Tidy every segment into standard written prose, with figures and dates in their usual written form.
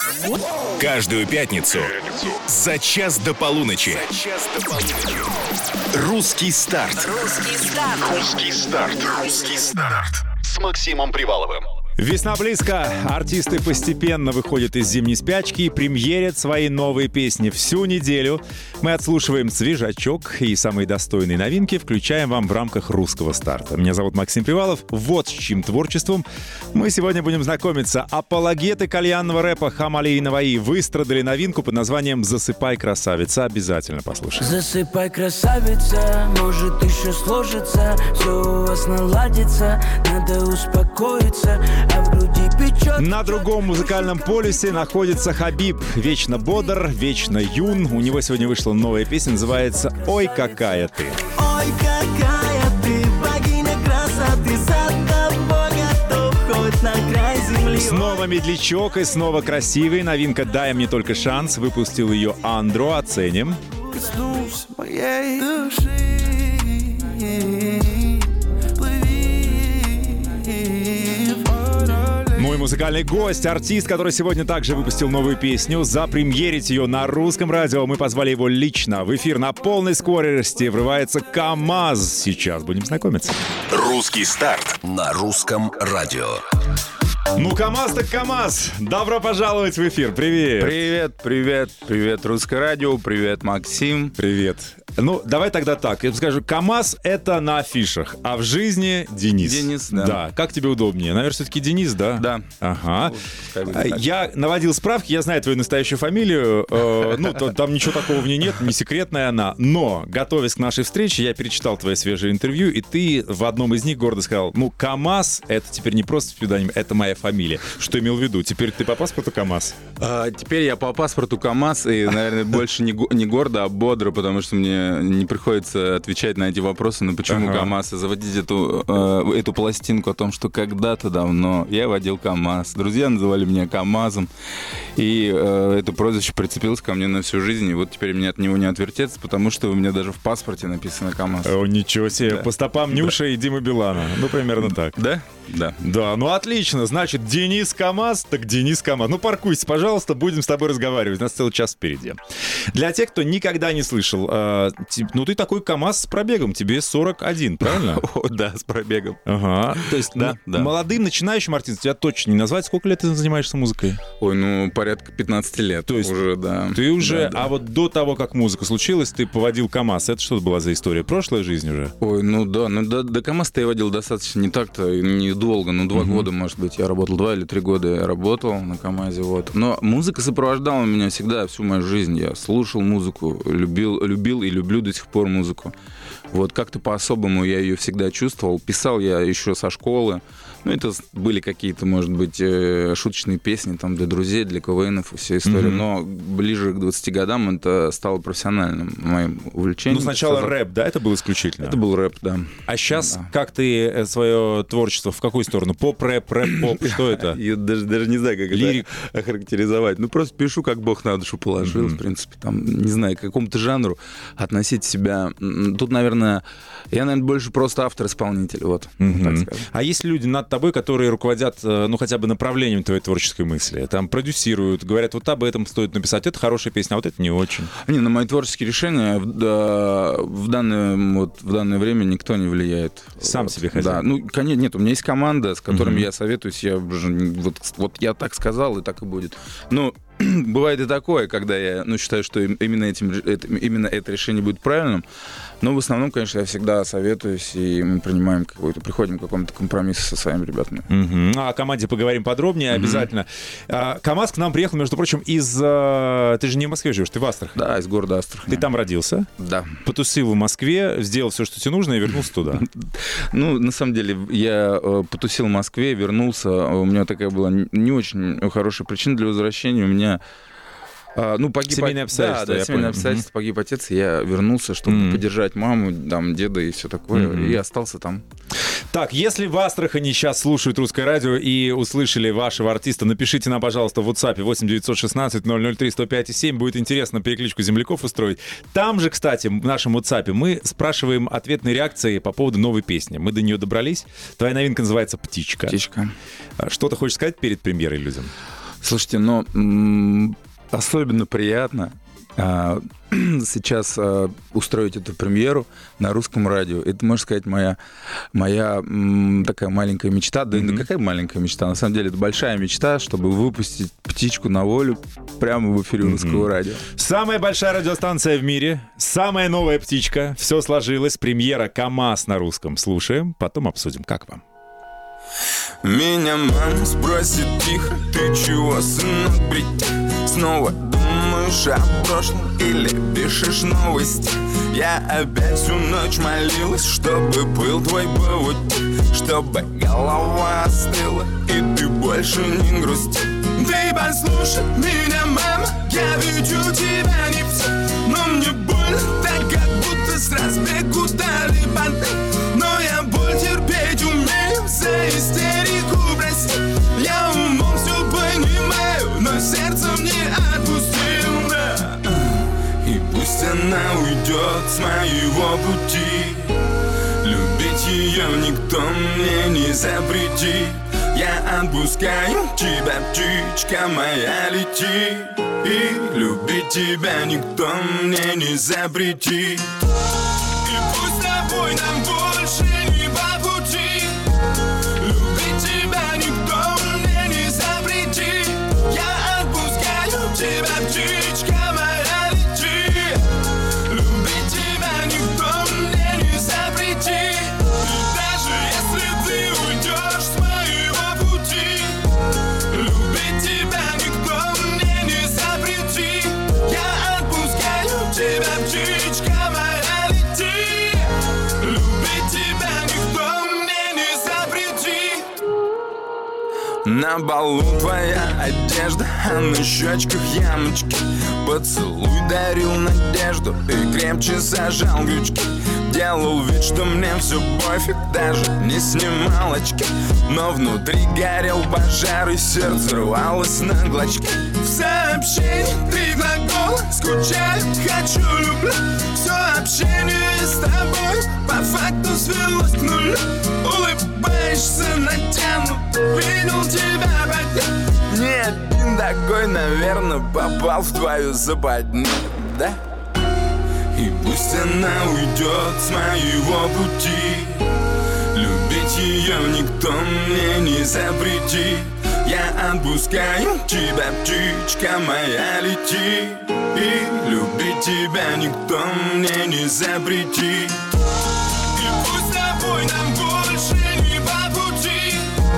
Каждую пятницу за час до полуночи. Русский старт. Русский старт. С Максимом Приваловым. Весна близко, артисты постепенно выходят из зимней спячки и премьерят свои новые песни. Всю неделю мы отслушиваем свежачок и самые достойные новинки включаем вам в рамках русского старта. Меня зовут Максим Привалов. Вот с чьим творчеством мы сегодня будем знакомиться. Апологеты кальянного рэпа Хамали и Наваи выстрадали новинку под названием «Засыпай, красавица». Обязательно послушай. Засыпай, красавица, может еще сложится, все у вас наладится, надо успокоиться. На другом музыкальном полюсе находится Хабиб. Вечно бодр, вечно юн. У него сегодня вышла новая песня, называется «Ой, какая ты». Ой, какая ты, богиня красоты, за тобой готов хоть на край земли. Снова медлячок и снова красивый. Новинка «Дай мне только шанс». Выпустил ее Андро. Оценим. Коснусь моей души. Мой музыкальный гость, артист, который сегодня также выпустил новую песню. Запремьерить ее на русском радио мы позвали его лично. В эфир на полной скорости врывается КамАЗ. Сейчас будем знакомиться. Русский старт на русском радио. Ну, КамАЗ так КамАЗ. Добро пожаловать в эфир. Привет. Привет, Русское радио. Привет, Максим. Привет. Ну, давай тогда так. Я скажу, КамАЗ — это на афишах, а в жизни Денис. Денис, да. Да. Как тебе удобнее? Наверное, все-таки Денис, да? Да. Ага. Я наводил справки, я знаю твою настоящую фамилию. Там ничего такого в ней нет, не секретная она. Но, готовясь к нашей встрече, я перечитал твои свежие интервью, и ты в одном из них гордо сказал, КамАЗ — это теперь не просто псевдоним, это моя фамилия. Что имел в виду? Теперь ты по паспорту КамАЗ? Теперь я по паспорту КамАЗ, и, наверное, больше не гордо, а бодро, потому что мне не приходится отвечать на эти вопросы, но почему КамАЗ, и заводить эту пластинку о том, что когда-то давно я водил КамАЗ. Друзья называли меня КамАЗом, и это прозвище прицепилось ко мне на всю жизнь, и вот теперь мне от него не отвертеться, потому что у меня даже в паспорте написано КамАЗ. О, ничего себе. Да. По стопам Нюши и Димы Билана. Ну, примерно так. Да? Да. Да, ну отлично. Значит, Денис КамАЗ, так Денис КамАЗ. Ну, паркуйся, пожалуйста, будем с тобой разговаривать. У нас целый час впереди. Для тех, кто никогда не слышал, ты такой КамАЗ с пробегом, тебе 41, правильно? Да, с пробегом. Ага. То есть да. Молодым начинающим артистом тебя точно не назвать. Сколько лет ты занимаешься музыкой? Ой, порядка 15 лет. То есть уже, да. Ты уже, да. А вот до того, как музыка случилась, ты поводил КамАЗ. Это что была за история? Прошлая жизнь уже? Ой, до КамАЗа я водил достаточно не так-то, недолго, 2 года, может быть, я работал, 2 или 3 года я работал на КамАЗе, вот. Но музыка сопровождала меня всегда, всю мою жизнь. Я слушал музыку, любил и люблю до сих пор музыку. Вот как-то по-особому я ее всегда чувствовал. Писал я еще со школы. Это были какие-то, может быть, шуточные песни там для друзей, для КВНов и вся история. Но ближе к 20 годам это стало профессиональным моим увлечением. Сначала рэп, да? Это было исключительно? Это был рэп, да. А сейчас как ты свое творчество, в какую сторону? Поп-рэп, рэп-поп, что это? Я даже не знаю, как это охарактеризовать. Просто пишу, как Бог на душу положил, в принципе. Там, не знаю, к какому-то жанру относить себя. Тут, наверное, я, больше просто автор-исполнитель, вот. Так скажем. А есть люди над тобой, которые руководят, хотя бы направлением твоей творческой мысли? Там продюсируют, говорят, вот об этом стоит написать, это хорошая песня, а вот это не очень. На мои творческие решения в данное время никто не влияет. Сам себе хозяин? Да, нет, у меня есть команда, с которыми я советуюсь, я так сказал, и так и будет. Бывает и такое, когда я считаю, что именно это решение будет правильным. Но в основном, конечно, я всегда советуюсь, и мы приходим к какому-то компромиссу со своими ребятами. О команде поговорим подробнее обязательно. КамАЗ к нам приехал, между прочим, из... Ты же не в Москве живешь, ты в Астрахани. Да, из города Астрахань. Ты там родился? Да. Потусил в Москве, сделал все, что тебе нужно, и вернулся туда. На самом деле, я потусил в Москве, вернулся. У меня такая была не очень хорошая причина для возвращения. У меня погиб семейные обстоятельства. Да, семейные обстоятельства, погиб отец, и я вернулся, чтобы поддержать маму, деда и все такое, и остался там. Так, если в Астрахани сейчас слушают Русское радио и услышали вашего артиста, напишите нам, пожалуйста, в WhatsApp 8 916 003 105 7. Будет интересно перекличку земляков устроить. Там же, кстати, в нашем WhatsApp мы спрашиваем ответные реакции по поводу новой песни. Мы до нее добрались. Твоя новинка называется «Птичка». «Птичка». Что ты хочешь сказать перед премьерой людям? Слушайте, особенно приятно сейчас устроить эту премьеру на русском радио. Это, можно сказать, моя такая маленькая мечта. Да какая маленькая мечта? На самом деле, это большая мечта, чтобы выпустить «Птичку» на волю прямо в эфире русского радио. Самая большая радиостанция в мире, самая новая «Птичка». Все сложилось. Премьера «КамАЗ» на русском. Слушаем, потом обсудим. Как вам? Меня мама спросит тихо: ты чего, сынок, брить? Снова думаешь о прошлом или пишешь новости? Я опять всю ночь молилась, чтобы был твой повод, чтобы голова остыла и ты больше не грусти. Ты послушай меня, мама, я ведь у тебя не все, но мне больно, так как будто с разбегу дали банты. Но я боль терпеть умею, за истерику прости. Я умом все понимаю, но сердцем не отпустил, да. И пусть она уйдет с моего пути, любить ее никто мне не запретит. Я отпускаю тебя, птичка моя, лети. И любить тебя никто мне не запретит. И пусть с тобой нам больше не по пути, любить тебя никто мне не запретит. Я отпускаю тебя, птичка моя, лети. Любить тебя никто мне не запретит. И даже если ты уйдешь с моего пути, любить тебя никто мне не запретит. Я отпускаю тебя, птичка моя, лети. Любить тебя никто мне не запретит. На балу твоя одежда, а на щечках ямочки. Поцелуй дарил надежду и крепче зажал крючки. Делал вид, что мне все пофиг, даже не снимал очки. Но внутри горел пожар и сердце рвалось на клочки. В сообщении 3 глагола: скучаю, хочу, люблю. Все общение с тобой по факту свелось к нулю. Улыбаешься натянуто, видел тебя поднять. Ни один такой, наверное, попал в твою западню, да? И пусть она уйдет с моего пути, любить ее никто мне не запретит. Я отпускаю тебя, птичка моя, лети. И любить тебя никто мне не запретит. И пусть с тобой нам больше не по пути,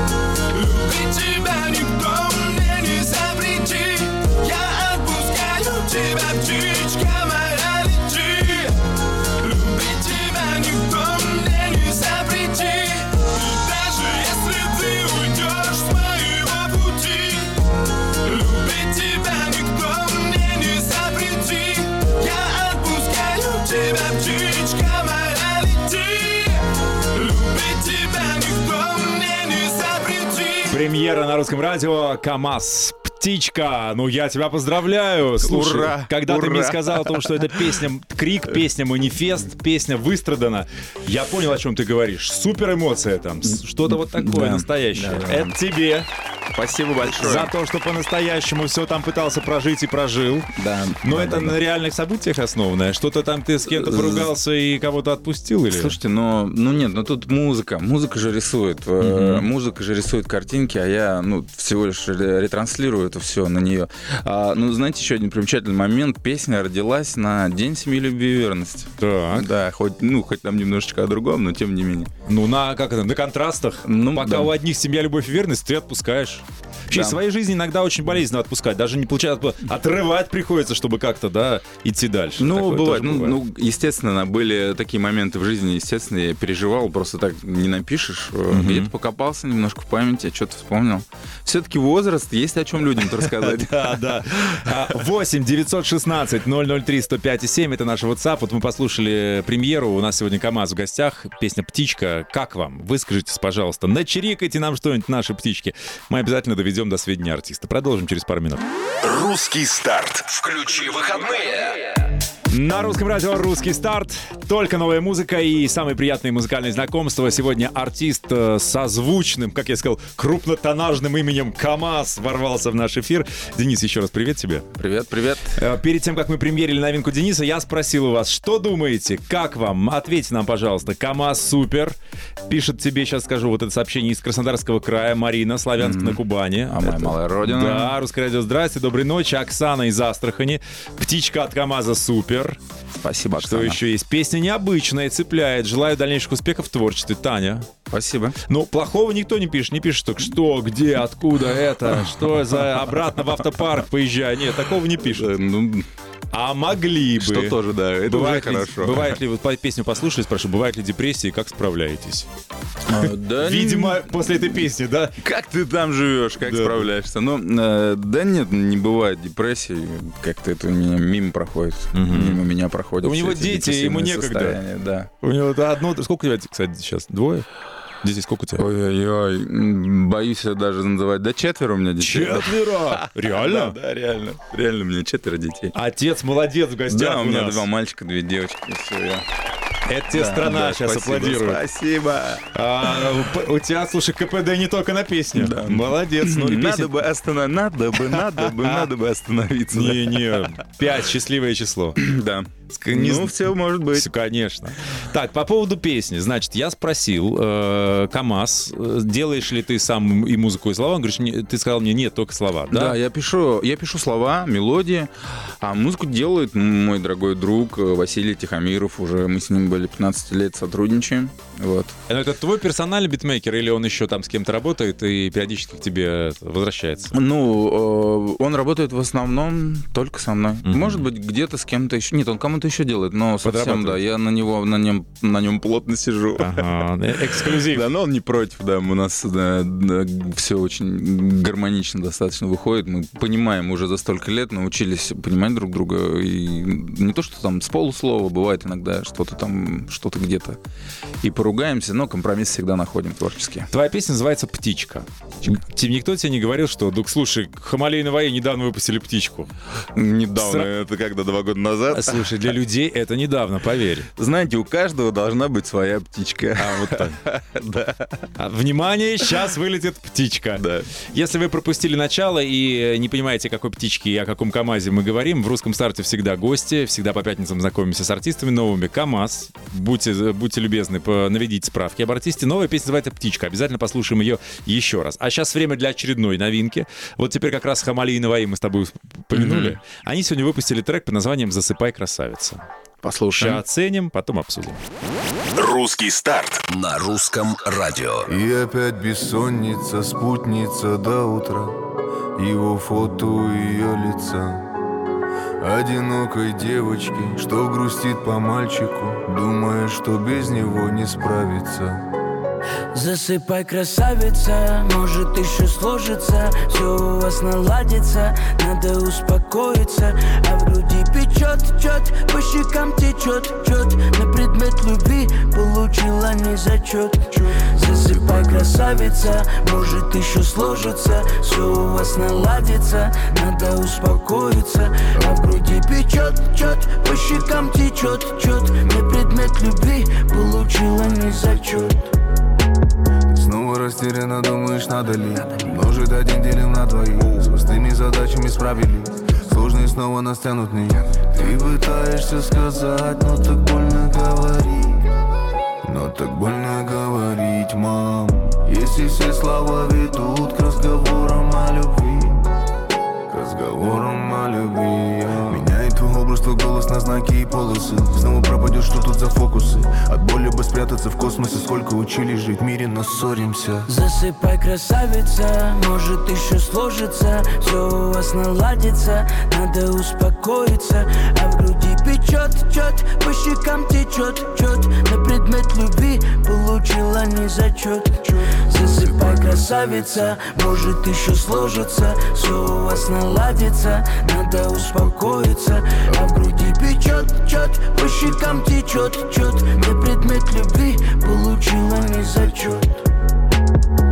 любить тебя никто мне не запретит. Я отпускаю тебя, птичка моя, лети. Любить тебя никто мне не запретит. И даже если ты уйдешь с моего пути, любить тебя никто мне не запретит. Я отпускаю тебя, птичка моя, лети. Любить тебя никто мне не запретит. Премьера на русском радио «КамАЗ». «Птичка», ну я тебя поздравляю. Слушай, ура, когда ура. ты мне сказал о том, что это песня крик, песня манифест, песня выстрадана, я понял, о чем ты говоришь. Супер эмоция там, что-то вот такое настоящее. Да. Это тебе. Спасибо большое. За то, что по-настоящему все там пытался прожить и прожил. Да. Но да, это на реальных событиях основанное. Что-то там ты с кем-то поругался и кого-то отпустил, или? Слушайте, нет, тут музыка же рисует. Музыка же рисует картинки, а я, всего лишь ретранслирую это все на нее. Знаете, еще один примечательный момент. Песня родилась на День семьи, любви и верности. Так. Да, хоть там немножечко о другом, но тем не менее. На контрастах. Пока да. у одних семья, любовь и верность, ты отпускаешь. Вообще, Да. в своей жизни иногда очень болезненно отпускать. Даже не получается, отрывать приходится, чтобы как-то, идти дальше. Такое Бывает. тоже бывает. Естественно, были такие моменты в жизни, естественно, я переживал, просто так не напишешь. Где-то покопался немножко в памяти, что-то вспомнил. Все-таки возраст, есть о чем людям рассказать. Да. 8 916 003 105 7 это наш WhatsApp. Вот мы послушали премьеру. У нас сегодня КамАЗ в гостях. Песня «Птичка». Как вам? Выскажитесь, пожалуйста. Начирикайте нам что-нибудь, наши птички. Мы обязательно доведем до сведения артиста. Продолжим через пару минут. Русский старт. Включи выходные. На русском радио «Русский старт». Только новая музыка и самые приятные музыкальные знакомства. Сегодня артист со звучным, как я сказал, крупнотоннажным именем КамАЗ ворвался в наш эфир. Денис, еще раз привет тебе. Привет, привет. Перед тем, как мы премьерили новинку Дениса, я спросил у вас, что думаете, как вам? Ответьте нам, пожалуйста. КамАЗ супер. Пишет тебе, сейчас скажу, вот это сообщение из Краснодарского края. Марина, Славянск на Кубани. А моя малая родина. Да, русское радио, здрасте, доброй ночи. Оксана из Астрахани. Птичка от КамАЗа супер. Спасибо, Оксана. Что еще есть? Песня необычная, цепляет. Желаю дальнейших успехов в творчестве. Таня. Спасибо. Ну, плохого никто не пишет. Не пишет только что, где, откуда это, что за обратно в автопарк поезжай. Нет, такого не пишет. А могли бы. Что тоже, да, это бывает уже ли, хорошо. Бывает ли, вот песню послушали, спрашиваю, бывает ли депрессия и как справляетесь? Да, видимо, после этой песни, да? Как ты там живешь, как справляешься? Ну, да нет, не бывает депрессии. Как-то это мимо проходит. Мимо меня проходит. У него дети, ему некогда. Да. У него одно... Сколько у тебя, кстати, сейчас? Двое? Детей сколько у тебя? Ой-ой-ой, боюсь я даже называть. Да 4 у меня детей. 4? Реально? Да, реально. Реально, у меня 4 детей. Отец молодец в гостях. Да, у меня 2 мальчика, 2 девочки. И все, это тебе страна сейчас аплодирует. Спасибо. У тебя, слушай, КПД не только на песню. Да. Молодец. Ну, надо бы остановиться. Не, 5, счастливое число. Да. Ну, все может быть. Все, конечно. Так, по поводу песни. Значит, я спросил КамАЗ, делаешь ли ты сам и музыку, и слова? Он говорит, ты сказал мне, нет, только слова. Да, я пишу слова, мелодии, а музыку делает мой дорогой друг Василий Тихомиров. Уже мы с ним были 15 лет сотрудничаем. Вот. Это твой персональный битмейкер или он еще там с кем-то работает и периодически к тебе возвращается? Ну, он работает в основном только со мной. Может быть, где-то с кем-то еще. Нет, он кому-то еще делает, но совсем, да, я на нем плотно сижу. Ага, эксклюзив. Да, но он не против, да, у нас все очень гармонично достаточно выходит. Мы понимаем уже за столько лет, научились понимать друг друга. И не то, что там с полуслова, бывает иногда что-то там, что-то где-то. И поругаемся, но компромисс всегда находим творчески. Твоя песня называется «Птичка». Никто тебе не говорил, что, Дук, слушай, Хамалей Наваи недавно выпустили «Птичку». Недавно, это когда, 2 года назад? Слушай, для людей это недавно, поверь. Знаете, у каждого должна быть своя птичка. Вот так. Да. Внимание, сейчас вылетит птичка. Да. Если вы пропустили начало и не понимаете, о какой птичке и о каком КамАЗе мы говорим, в «Русском старте» всегда гости, всегда по пятницам знакомимся с артистами новыми. КамАЗ, будьте любезны, наведите справки об артисте. Новая песня называется «Птичка». Обязательно послушаем ее еще раз. А сейчас время для очередной новинки. Вот теперь как раз Хамали и Наваи мы с тобой упомянули. Они сегодня выпустили трек под названием «Засыпай, красавица». Послушаем. Сейчас оценим, потом обсудим. Русский старт на русском радио. И опять бессонница, спутница до утра. Его фото ее лица. Одинокой девочки, что грустит по мальчику, думая, что без него не справится. Засыпай, красавица, может еще сложится, все у вас наладится, надо успокоиться. А в груди печет, по щекам течет, на предмет любви получила не зачет. Засыпай, красавица, может еще сложится, все у вас наладится, надо успокоиться. А в груди печет, по щекам течет, на предмет любви получила не зачет. Снова растерянно думаешь, надо ли множить 1 делим на 2. С простыми задачами справились, сложные снова нас тянут вниз. Ты пытаешься сказать, но так больно говорить. Но так больно говорить, мам. Если все слова ведут к разговорам о любви, к разговорам о любви. Меняет твой образ, твой голос на знаки и полосы. Снова пропадешь, что тут за фокусы. От боли бы спрятаться в космосе. Сколько учились жить в мире, но ссоримся. Засыпай, красавица, может еще сложится, все у вас наладится, надо успокоиться. А в груди печет, по щекам течет, на предмет любви получила не зачет. Засыпай, красавица, может еще сложится, все у вас наладится, надо успокоиться. А в груди печет, по щекам течет, на предмет любви получила не зачет. Я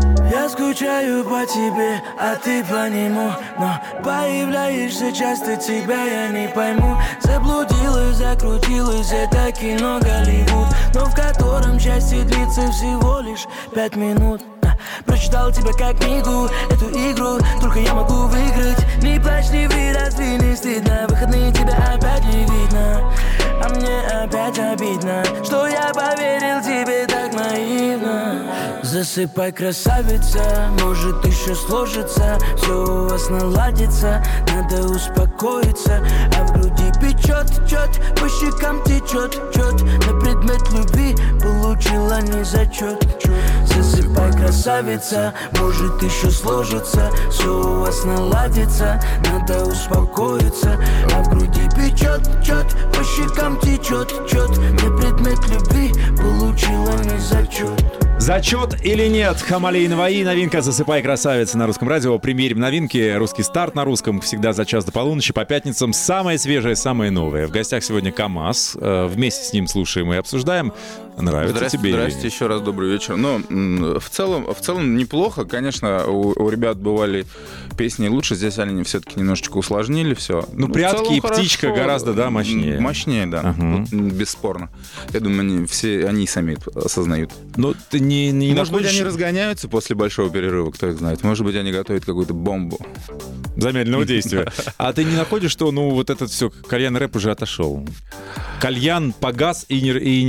скучаю по тебе, а ты по нему. Но появляешься часто, тебя я не пойму. Заблудилась, закрутилась, это кино Голливуд, но в котором счастье длится всего лишь 5 минут. Прочитал тебя как книгу, эту игру только я могу выиграть. Не плачь, не ври, разве не стыдно? Выходные тебя опять не видно, а мне опять обидно, что я поверил тебе так наивно. Засыпай, красавица, может еще сложится, все у вас наладится, надо успокоиться. А в груди печет, по щекам течет, на предмет любви получила не зачет. Засыпай, красавица, может еще сложится, все у вас наладится, надо успокоиться. А в груди печет, по щекам течет, на предмет любви получила не зачет. Зачет или нет? Хамали и Наваи. Новинка «Засыпай, красавица» на Русском радио. Премьерим новинки. Русский старт на русском. Всегда за час до полуночи. По пятницам самое свежее, самое новое. В гостях сегодня КамАЗ. Вместе с ним слушаем и обсуждаем. Нравится тебе? Здрасте, еще раз добрый вечер. Ну, в целом неплохо. Конечно, у ребят бывали песни лучше. Здесь они все-таки немножечко усложнили все. Ну, «Прятки» и «Птичка» хорошо. Гораздо, да, мощнее. Мощнее, да. Вот, бесспорно. Я думаю, они сами осознают. Но ты не Может быть, они разгоняются после большого перерыва, кто их знает. Может быть, они готовят какую-то бомбу. Замедленного действия. А ты не находишь, что, вот этот все, кальян-рэп уже отошел? Кальян погас и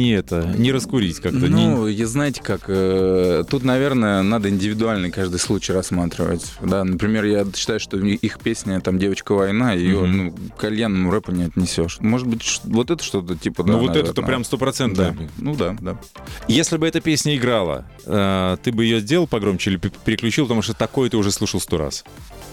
не раскурить как-то. Знаете как, тут, наверное, надо индивидуально каждый случай рассматривать. Да? Например, я считаю, что их песня, там, «Девочка война», ее к кальянному рэпу не отнесешь. Может быть, вот это что-то типа... Ну, вот это-то прям 100%. Да. Ну, да. Если бы эта песня играла, ты бы ее сделал погромче или переключил, потому что такое ты уже слушал 100 раз?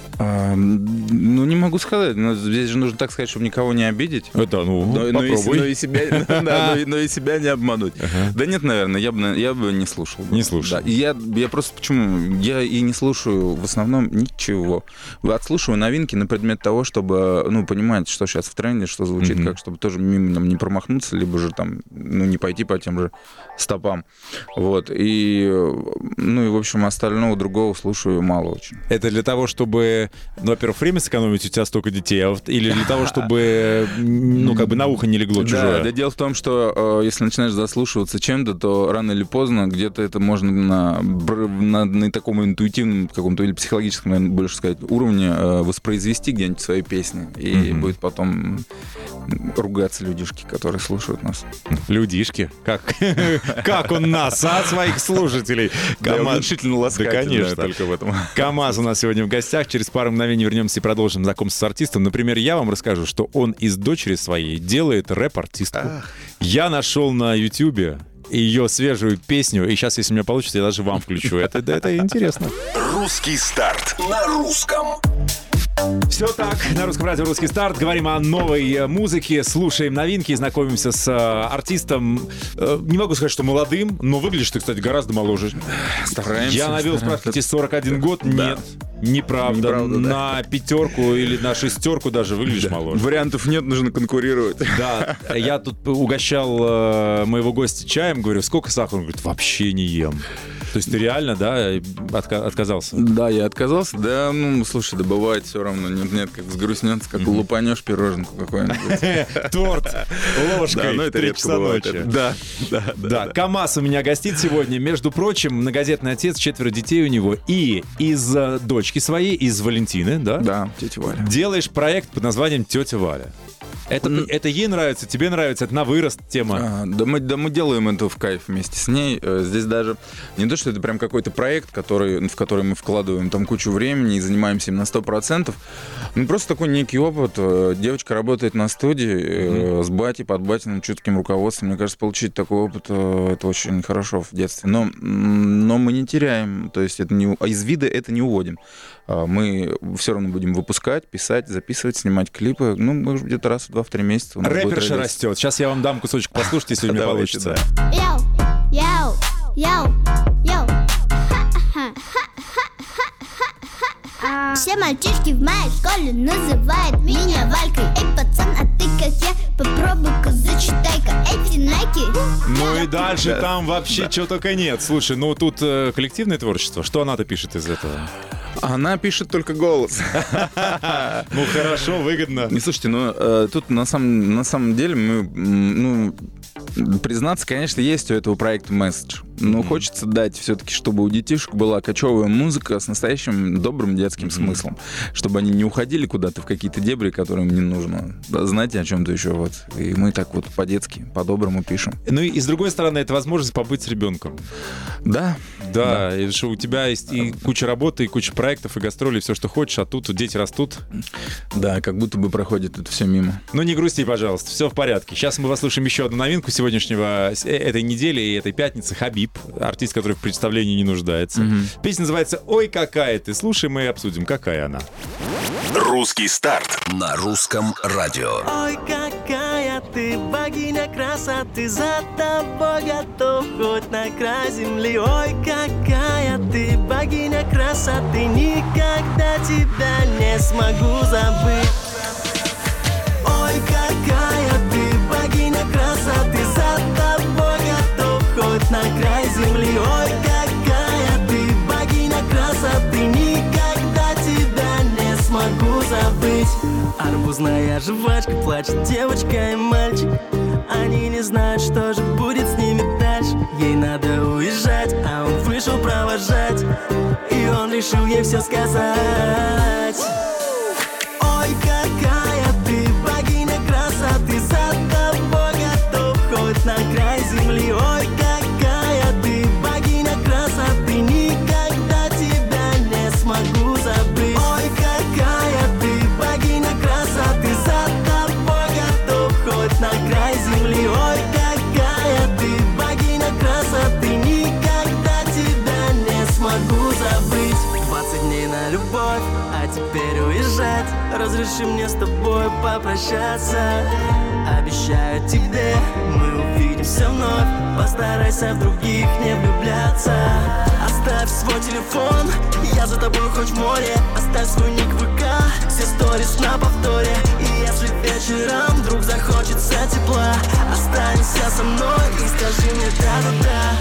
Не могу сказать. Но здесь же нужно так сказать, чтобы никого не обидеть. Это, попробуй. Но и себя не обмануть. Да нет, наверное, я бы не слушал. Не слушал. Да. Я просто почему? Я и не слушаю в основном ничего. Отслушиваю новинки на предмет того, чтобы понимать, что сейчас в тренде, что звучит, как, чтобы тоже мимо не промахнуться, либо же там не пойти по тем же стопам. Вот. И в общем, остального другого слушаю мало очень. Это для того, чтобы во-первых, время сэкономить, у тебя столько детей, или для того, чтобы, на ухо не легло чужое? Да, дело в том, что если начинаешь заслушиваться чем-то, то рано или поздно где-то это можно на таком интуитивном каком-то или психологическом, наверное, больше сказать, уровне воспроизвести где-нибудь свои песни. И будет потом ругаться людишки, которые слушают нас. Людишки? Как он нас, своих слушателей? Уменьшительно ласкательно. Да, конечно. Только в этом. КамАЗ у нас сегодня в гостях. Через пару мгновений вернемся и продолжим знакомство с артистом. Например, я вам расскажу, что он из дочери своей делает рэп-артистку. Я нашел на Ютьюбе ее свежую песню, и сейчас, если у меня получится, я даже вам включу. Это интересно. Русский старт на русском. Все так, на Русском радио «Русский старт». Говорим о новой музыке, слушаем новинки, знакомимся с артистом. Не могу сказать, что молодым, но выглядишь ты, кстати, гораздо моложе. Стараемся. Я навел справки, 41 год. Да. Нет, неправда. На 5 или на 6 даже выглядишь моложе. Вариантов нет, нужно конкурировать. Да, я тут угощал моего гостя чаем, говорю, сколько сахара? Он говорит, вообще не ем. То есть ты реально, да, отказался? Да, я отказался. Да, слушай, да бывает все равно. Нет, как взгрустнется, как лупанешь пироженку какую-нибудь. Торт ложкой. Да, это редко бывает. Да, КамАЗ у меня гостит сегодня. Между прочим, многодетный отец, 4 детей у него. И из дочки своей, из Валентины, да? Да, тетя Валя. Делаешь проект под названием «Тетя Валя». Это ей нравится, тебе нравится, это на вырост тема. Да мы делаем это в кайф вместе с ней. Здесь даже не то, что это прям какой-то проект, в который мы вкладываем там кучу времени и занимаемся им на 100%. Просто такой некий опыт. Девочка работает на студии с батей, под батиным чутким руководством. Мне кажется, получить такой опыт это очень хорошо в детстве. Но мы не теряем, то есть из вида это не уводим. Мы все равно будем выпускать, писать, записывать, снимать клипы. Может, где-то раз в 2-3 месяца. Рэперша растет. Сейчас я вам дам кусочек послушать, если у меня получится. Все мальчишки в моей школе называют меня Валькой. Эй, пацан, а ты как я? Попробуй-ка, зачитай-ка эти найки. Ну и дальше там вообще чего только нет. Слушай, ну тут коллективное творчество. Что она-то пишет из этого? Она пишет только голос. Ну хорошо, выгодно. Не, слушайте, ну тут на самом деле мы, признаться, конечно, есть у этого проекта месседж. Но хочется дать все-таки, чтобы у детишек была кочевая музыка с настоящим добрым детским смыслом. Чтобы они не уходили куда-то в какие-то дебри, которым не нужно знать о чем-то еще. Вот. И мы так вот по-детски, по-доброму пишем. Ну и с другой стороны, это возможность побыть с ребенком. Да. Да, и что у тебя есть и куча работы, и куча проектов, и гастролей, все, что хочешь, а тут дети растут. Да, как будто бы проходит это все мимо. Ну не грусти, пожалуйста, все в порядке. Сейчас мы послушаем еще одну новинку сегодняшнего, этой недели и этой пятницы. Хабиб, артист, который в представлении не нуждается. Песня называется «Ой, какая ты». Слушаем и обсудим, какая она. Русский старт на русском радио. Ой, какая ты богиня красоты, за тобой готов хоть на край земли. Ой, какая ты богиня красоты, никогда тебя не смогу забыть. Ой, какая ты богиня красоты, за тобой готов хоть на край земли. Ой, какая ты богиня красоты, никогда тебя не смогу забыть. Арбузная жвачка, плачет девочка и мальчик. Они не знают, что же будет с ними дальше. Ей надо уезжать, а он вышел провожать. И он решил ей все сказать. Ой, какая ты богиня красоты, за тобой готов хоть на край земли. Ой, какая ты богиня красоты, никогда тебя не смогу забыть. Ой, какая ты богиня красоты, за тобой готов хоть на край земли. Ой, какая ты богиня красоты, никогда тебя не смогу забыть. 20 дней на любовь, а теперь уезжать. Разреши мне с тобой попрощаться. Обещаю тебе, мы увидимся вновь. Постарайся в других не влюбляться. Оставь свой телефон, я за тобой хоть в море. Оставь свой ник в ВК, все сторис на повторе. И если вечером вдруг захочется тепла, останься со мной и скажи мне да-да-да.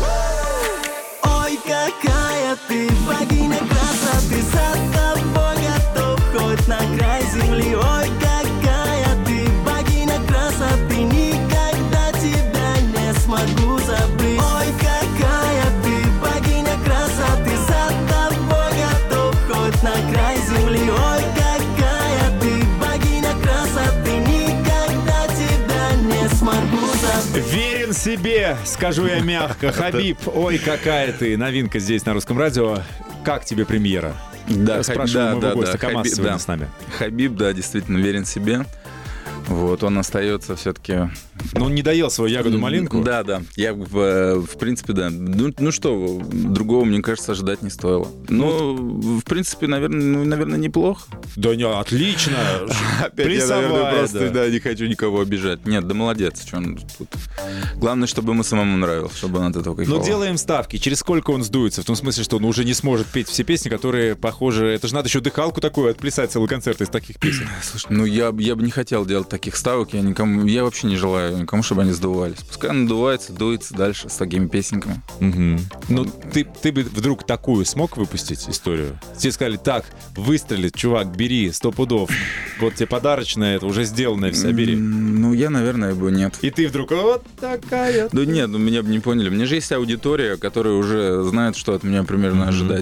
Ой, какая ты богиня красоты, за тобой готов хоть на край земли. Ой, какая ты богиня красоты, никогда тебя не смогу забыть. Ой, какая ты богиня красоты, за тобой готов хоть на край земли. Ой, какая ты богиня красоты, никогда тебя не смогу забыть. Верен себе, скажу я мягко. Хабиб, ой, какая ты. Новинка здесь на русском радио. Как тебе премьера? Да, спрашиваем моего гостя. КамАЗ сегодня с нами. Хабиб, да, действительно верен себе. Вот, он остается все-таки... Но он не доел свою ягоду-малинку. Да. Я, в принципе, да. Ну что, другого, мне кажется, ожидать не стоило. Ну, в принципе, наверное, неплохо. Да не, отлично. Опять я, наверное, просто не хочу никого обижать. Нет, да молодец. Что он тут? Главное, чтобы ему самому нравилось, чтобы он от этого кайфовал. Ну, делаем ставки. Через сколько он сдуется? В том смысле, что он уже не сможет петь все песни, которые похожи... Это же надо еще дыхалку такую отплясать, целый концерт из таких песен. Слушай, ну я бы не хотел делать таких ставок. Я вообще не желаю никому, чтобы они сдувались. Пускай надувается, дуется дальше с такими песенками. Угу. Ну, ты бы вдруг такую смог выпустить историю? Тебе сказали, так, выстрелит, чувак, бери, 100 пудов. Вот тебе подарочное, это уже сделанное, все, бери. Ну, я, наверное, бы нет. И ты вдруг, вот такая... Да нет, меня бы не поняли. У меня же есть аудитория, которая уже знает, что от меня примерно ожидать.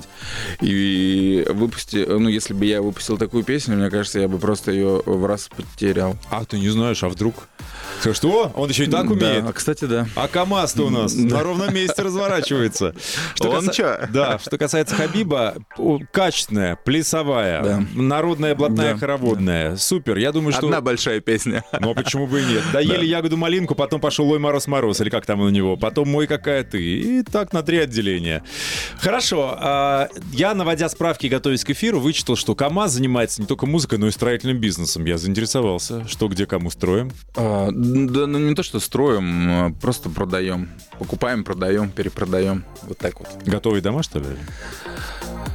И если бы я выпустил такую песню, мне кажется, я бы просто ее в раз потерял. А ты не знаешь, а вдруг? Скажешь, что? Он еще и так умеет. Да, кстати, да. А КамАЗ-то у нас на ровном месте разворачивается. Да, что касается Хабиба, качественная, плясовая, народная, блатная, хороводная. Супер. Я думаю, что... Одна большая песня. Ну, а почему бы и нет? Доели ягоду-малинку, потом пошел «Ой, мороз-мороз», или как там у него, потом «Мой, какая ты». И так на 3 отделения. Хорошо. Я, наводя справки и готовясь к эфиру, вычитал, что КамАЗ занимается не только музыкой, но и строительным бизнесом. Я заинтересовался. Что, где, кому строим? Да, ну не то, что строим, просто продаем. Покупаем, продаем, перепродаем. Вот так вот. Готовые дома, что ли?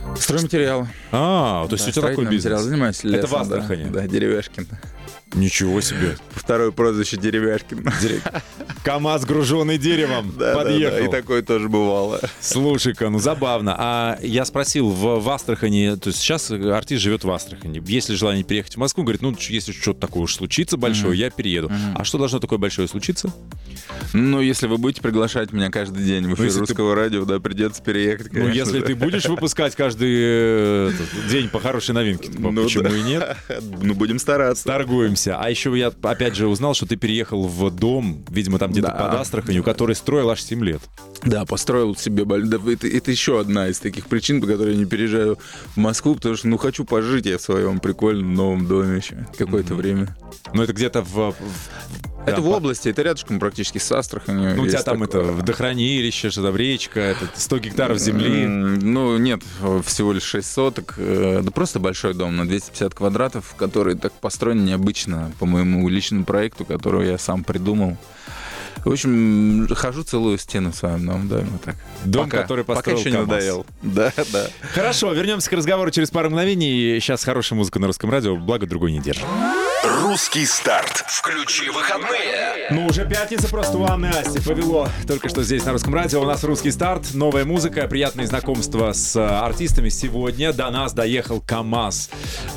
Стройматериалы. То есть у тебя такой бизнес. Занимаюсь лесом. Это в Астрахани? Да, Деревяшкин. Ничего себе. Второе прозвище Деревяшкин. КамАЗ, груженный деревом, подъехал. Да, и такое тоже бывало. Слушай-ка, забавно. А я спросил, в Астрахани, то есть сейчас артист живет в Астрахани. Есть ли желание переехать в Москву? Говорит, если что-то такое уж случится большое, я перееду. А что должно такое большое случиться? Если вы будете приглашать меня каждый день в эфир русского радио, да, придется переехать, конечно. Если ты будешь выпускать каждый день по хорошей новинке, почему и нет? Будем стараться. Торгуемся. А еще я, опять же, узнал, что ты переехал в дом, видимо, там где-то под Астраханью, который строил аж 7 лет. Да, построил себе... Это еще одна из таких причин, по которой я не переезжаю в Москву, потому что, хочу пожить я в своем прикольном новом доме еще какое-то время. Это где-то это в области, это рядышком практически с Астраханью. У тебя там это водохранилище, что-то речка, 100 гектаров земли. Нет, всего лишь 6 соток. Да просто большой дом на 250 квадратов, который так построен необычно по моему личному проекту, который я сам придумал. В общем, хожу целую стену в своем новом доме. Так. Дом, который построил пока еще не надоел. Да. Хорошо, вернемся к разговору через пару мгновений. Сейчас хорошая музыка на русском радио, благо другой не держит. Русский старт. Включи выходные. Уже пятница, просто у Анны Асти повело. Только что здесь на русском радио у нас русский старт, новая музыка, приятные знакомства с артистами. Сегодня до нас доехал КамАЗ.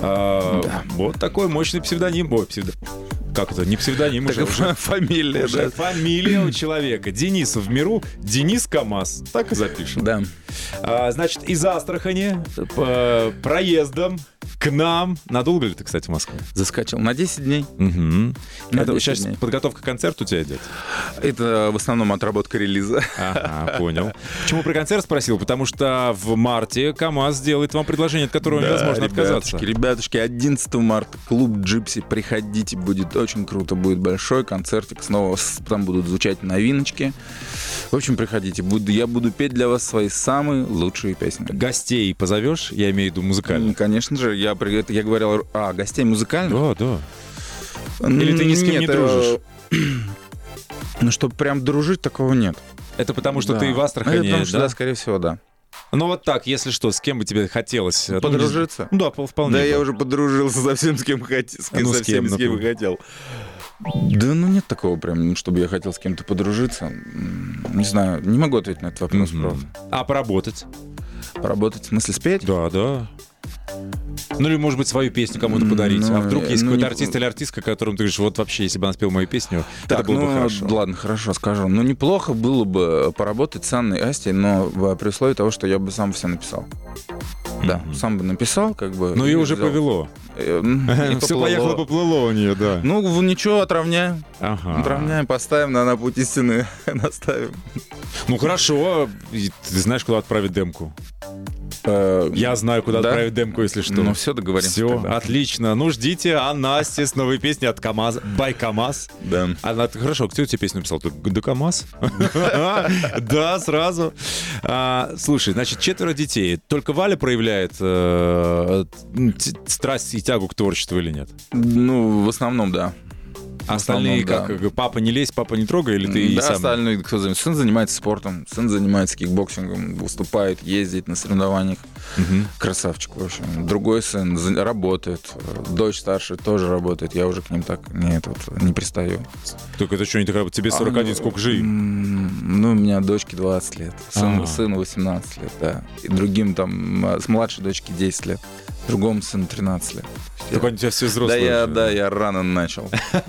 Вот такой мощный псевдоним. Как это? Не псевдоним, уже фамилия. Уже фамилия у человека. Денис в миру, Денис КамАЗ. Так и запишем. Да. Значит, из Астрахани проездом к нам. Надолго ли ты, кстати, в Москве? Заскочил. На 10 дней. Это сейчас дней. Подготовка к концерту у тебя идет? Это в основном отработка релиза. Ага, понял. Почему про концерт спросил? Потому что в марте КамАЗ сделает вам предложение, от которого невозможно отказаться. Ребятушки, 11 марта клуб «Джипси». Приходите, будет очень круто. Будет большой концертик. Снова там будут звучать новиночки. В общем, приходите. Я буду петь для вас свои самые лучшие песни. Гостей позовешь? Я имею в виду музыкальных. Конечно же. Я говорил, гостей музыкальных? Да. Или ты ни с кем не дружишь? Чтобы прям дружить, такого нет. Это потому, что ты в Астрахани, это потому, что, да, скорее всего, да. Вот так, если что, с кем бы тебе хотелось? Подружиться? Да, вполне. Да, я уже подружился со всем, с кем хотел. Со всеми, с кем хотел. Да, нет такого прям, чтобы я хотел с кем-то подружиться. Не знаю, не могу ответить на этот вопрос, правда. А поработать? Поработать, в смысле спеть? Да. Или, может быть, свою песню кому-то подарить. А вдруг есть какой-то артист или артистка, которому ты говоришь, вот вообще, если бы она спела мою песню, это было бы хорошо. Ладно, хорошо, скажу. Неплохо было бы поработать с Анной Астей, но при условии того, что я бы сам все написал. Да, сам бы написал, как бы. И уже повело. Все поехало-поплыло у нее, да. Ничего, отравняем. Отравняем, поставим на путь истины, наставим. Хорошо. Ты знаешь, куда отправить демку? Я знаю, куда отправить демку, если что. Все, договоримся. Все, тогда. Отлично. Ждите Анна Асти с новой песней от КамАЗ. By КамАЗ. Да. Хорошо, кто тебе песню написал? Да КамАЗ? Да, сразу. Слушай, значит, 4 детей. Только Валя проявляет страсть и тягу к творчеству или нет? В основном, да. Остальные как? Папа не лезь, папа не трогай, или ты сам? Остальные, кто занимается? Сын занимается спортом, сын занимается кикбоксингом, выступает, ездит на соревнованиях. Красавчик, в общем. Другой сын работает, дочь старшая тоже работает. Я уже к ним так не пристаю. Только это что, не так? Тебе 41, сколько же им? У меня дочке 20 лет, сыну 18 лет, да. И другим с младшей дочки 10 лет. Другому сыну 13 лет. Так они у тебя все взрослые. Да, я рано начал.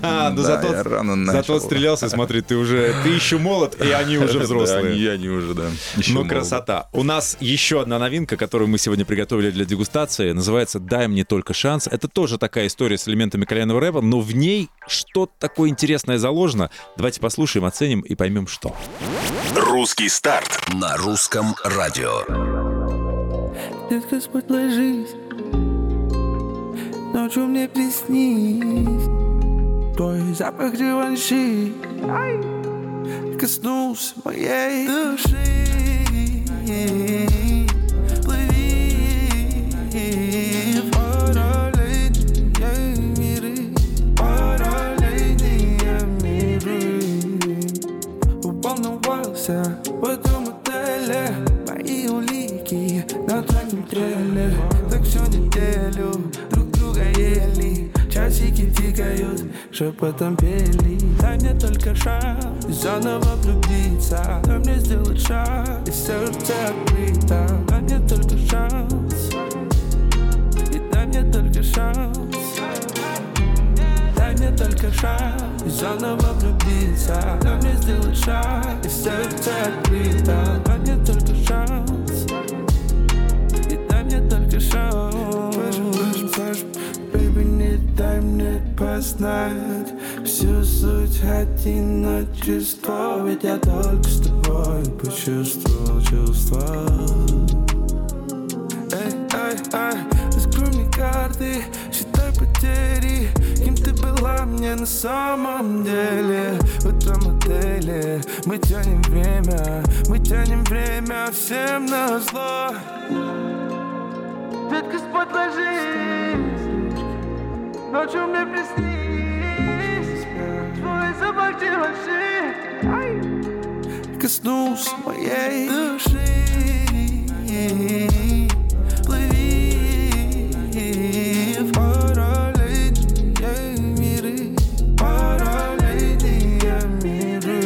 Зато отстрелялся, смотри, ты еще молод, и они уже взрослые. Они уже, да. Красота. У нас еще одна новинка, которую мы сегодня приготовили для дегустации, называется «Дай мне только шанс». Это тоже такая история с элементами кальянного рэпа, но в ней что-то такое интересное заложено. Давайте послушаем, оценим и поймем, что. Русский старт на русском радио. Детка, спать ложись, ночью мне приснись твой запах реванши коснулся моей души. Плыви в параллельные миры. Волновался в этом отеле, мои улики на твоем теле. реки тикают, шепотом пели. Дай мне только шанс заново влюбиться, дай мне сделать шаг, и сердце открыто. Дай мне только шанс, и дай мне только шанс. Дай мне только шанс и заново влюбиться, дай мне сделать шаг, и сердце открыто. Дай мне только шанс, и дай мне только шанс. Baby, не дай мне познать всю суть одиночества, ведь я только с тобой почувствовал чувства. Раскрой мне карты, считай потери, кем ты была мне на самом деле. В этом отеле мы тянем время всем на зло. Ведь Господь ложись, ночью мне приснись, твой запах девочки коснулся моей души. Плыви в параллельные миры, параллельные миры.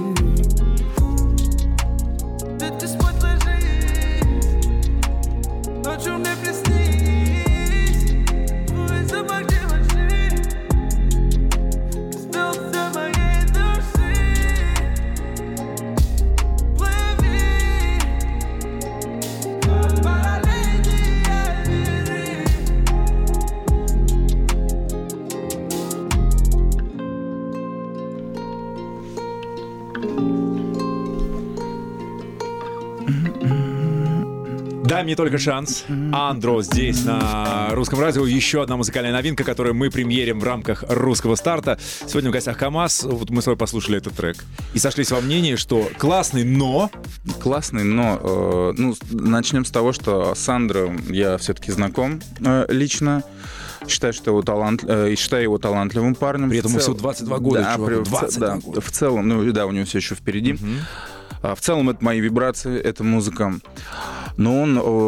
Ведь Господь ложись, ночью мне приснись, твой запах девочки коснулся моей души. Плыви в параллельные миры. Дай мне только шанс. Андро здесь на Русском радио. Еще одна музыкальная новинка, которую мы премьерим в рамках русского старта. Сегодня в гостях КамАЗ. Вот мы с вами послушали этот трек и сошлись во мнении, что классный, но... Ну, начнем с того, что с Андро я все-таки знаком лично. Считаю его талантливым парнем. При этом ему всего 22 года, да, чувак. 22 года. В целом, у него все еще впереди. В целом, это мои вибрации, это музыка. Но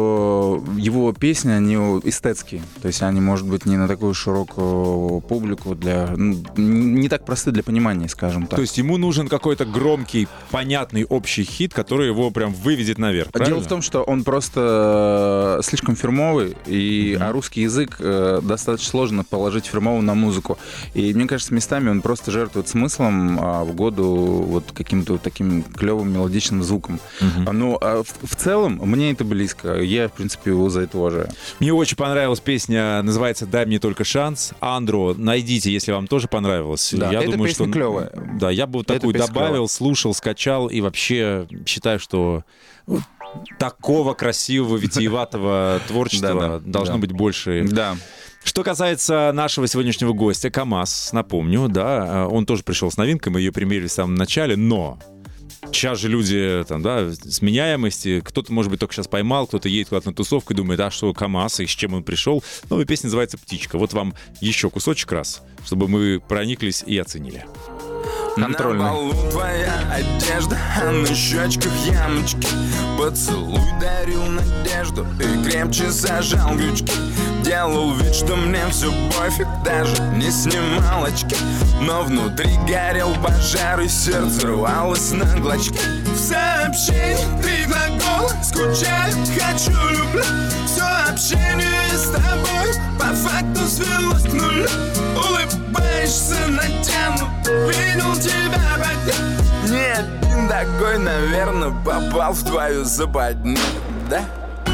его песни, они эстетские. То есть они, может быть, не на такую широкую публику, не так просты для понимания, скажем так. То есть ему нужен какой-то громкий, понятный общий хит, который его прям выведет наверх, правильно? Дело в том, что он просто слишком фирмовый, а русский язык достаточно сложно положить фирмовым на музыку. И мне кажется, местами он просто жертвует смыслом в угоду вот каким-то таким клевым мелодичным звуком. Но в целом мне это близко. Я, в принципе, его за это уважаю. Мне очень понравилась песня, называется «Дай мне только шанс». Андро, найдите, если вам тоже понравилось. Да, я эта думаю, песня что клевая. Да, я бы вот такую добавил, слушал, скачал, и вообще считаю, что такого красивого, витиеватого творчества должно быть больше. Да. Что касается нашего сегодняшнего гостя, КамАЗ, напомню, да, он тоже пришел с новинкой, мы ее примерили в самом начале, но сейчас же люди, сменяемости, кто-то, может быть, только сейчас поймал, кто-то едет куда-то на тусовку и думает, а что КамАЗ, и с чем он пришел. Новая песня называется «Птичка». Вот вам еще кусочек раз, чтобы мы прониклись и оценили. Контрольный. На полу твоя одежда, а на щечках ямочки. Поцелуй дарил надежду и крепче зажал крючки. Делал вид, что мне все пофиг, даже не снимал очки. Но внутри горел пожар, и сердце рвалось на клочки. В сообщении 3 глагола: скучаю, хочу, люблю. Все общение с тобой по факту свелось к нулю. Улыбаешься натянуто, видел тебя поднять. Ни один такой, наверное, попал в твою западню, да?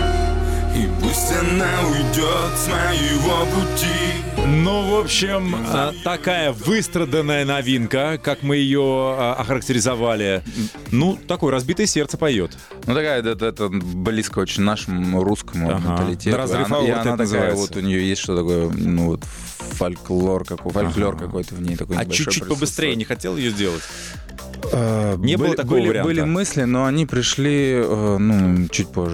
И пусть она уйдет с моего пути. Ну, в общем, такая выстраданная новинка, как мы ее охарактеризовали. Ну, такое разбитое сердце поет. Ну, такая, это близко очень нашему русскому менталитету. Она такая, вот у нее есть что такое, фольклор какой-то в ней такой. А чуть-чуть побыстрее не хотел ее сделать? Не было такого варианта. Были мысли, но они пришли, чуть позже.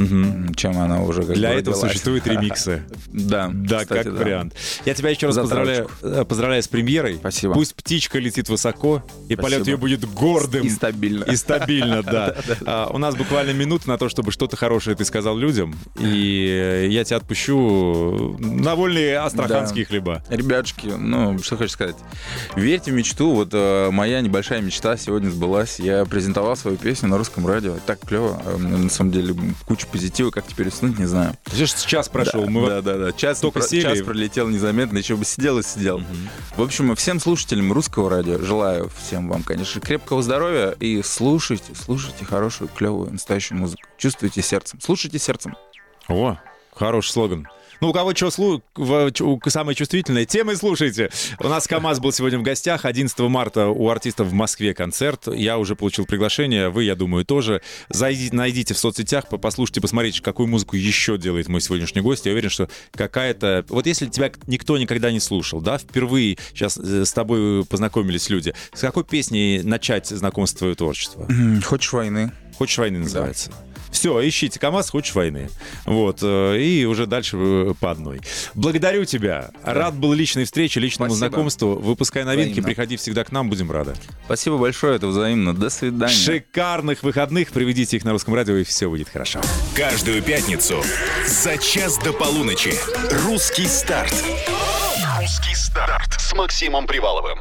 чем она уже как Для бы этого родилась. существуют ремиксы. Да, Да, кстати, как вариант. Я тебя еще раз поздравляю с премьерой. Спасибо. Пусть птичка летит высоко, и полет ее будет гордым. И стабильно. И стабильно, да. У нас буквально минута на то, чтобы что-то хорошее ты сказал людям, и я тебя отпущу на вольные астраханские хлеба. Ребятушки, что хочу сказать. Верьте в мечту. Вот моя небольшая мечта сегодня сбылась. Я презентовал свою песню на русском радио. Так клево. На самом деле куча позитива. Как теперь уснуть, не знаю. Час прошел. Да. Час пролетел незаметно. Еще бы сидел и сидел. В общем, всем слушателям русского радио желаю всем вам, конечно, крепкого здоровья. И слушайте хорошую, клевую, настоящую музыку. Чувствуйте сердцем. Слушайте сердцем. О, хороший слоган. У кого что самое чувствительное, тем и слушайте. У нас КамАЗ был сегодня в гостях. 11 марта у артистов в Москве концерт. Я уже получил приглашение, вы, я думаю, тоже. Найдите в соцсетях, послушайте, посмотрите, какую музыку еще делает мой сегодняшний гость. Я уверен, что какая-то... Вот если тебя никто никогда не слушал, да, впервые сейчас с тобой познакомились люди, с какой песней начать знакомство твоего творчества? «Хочешь войны». «Хочешь войны» называется. Да. Все, ищите КамАЗ, «Хочешь войны». Вот, и уже дальше по одной. Благодарю тебя. Да. Рад был личной встрече, личному знакомству. Выпускай новинки, взаимно. Приходи всегда к нам, будем рады. Спасибо большое, это взаимно. До свидания. Шикарных выходных, приведите их на Русском радио, и все будет хорошо. Каждую пятницу за час до полуночи «Русский старт». «Русский старт» с Максимом Приваловым.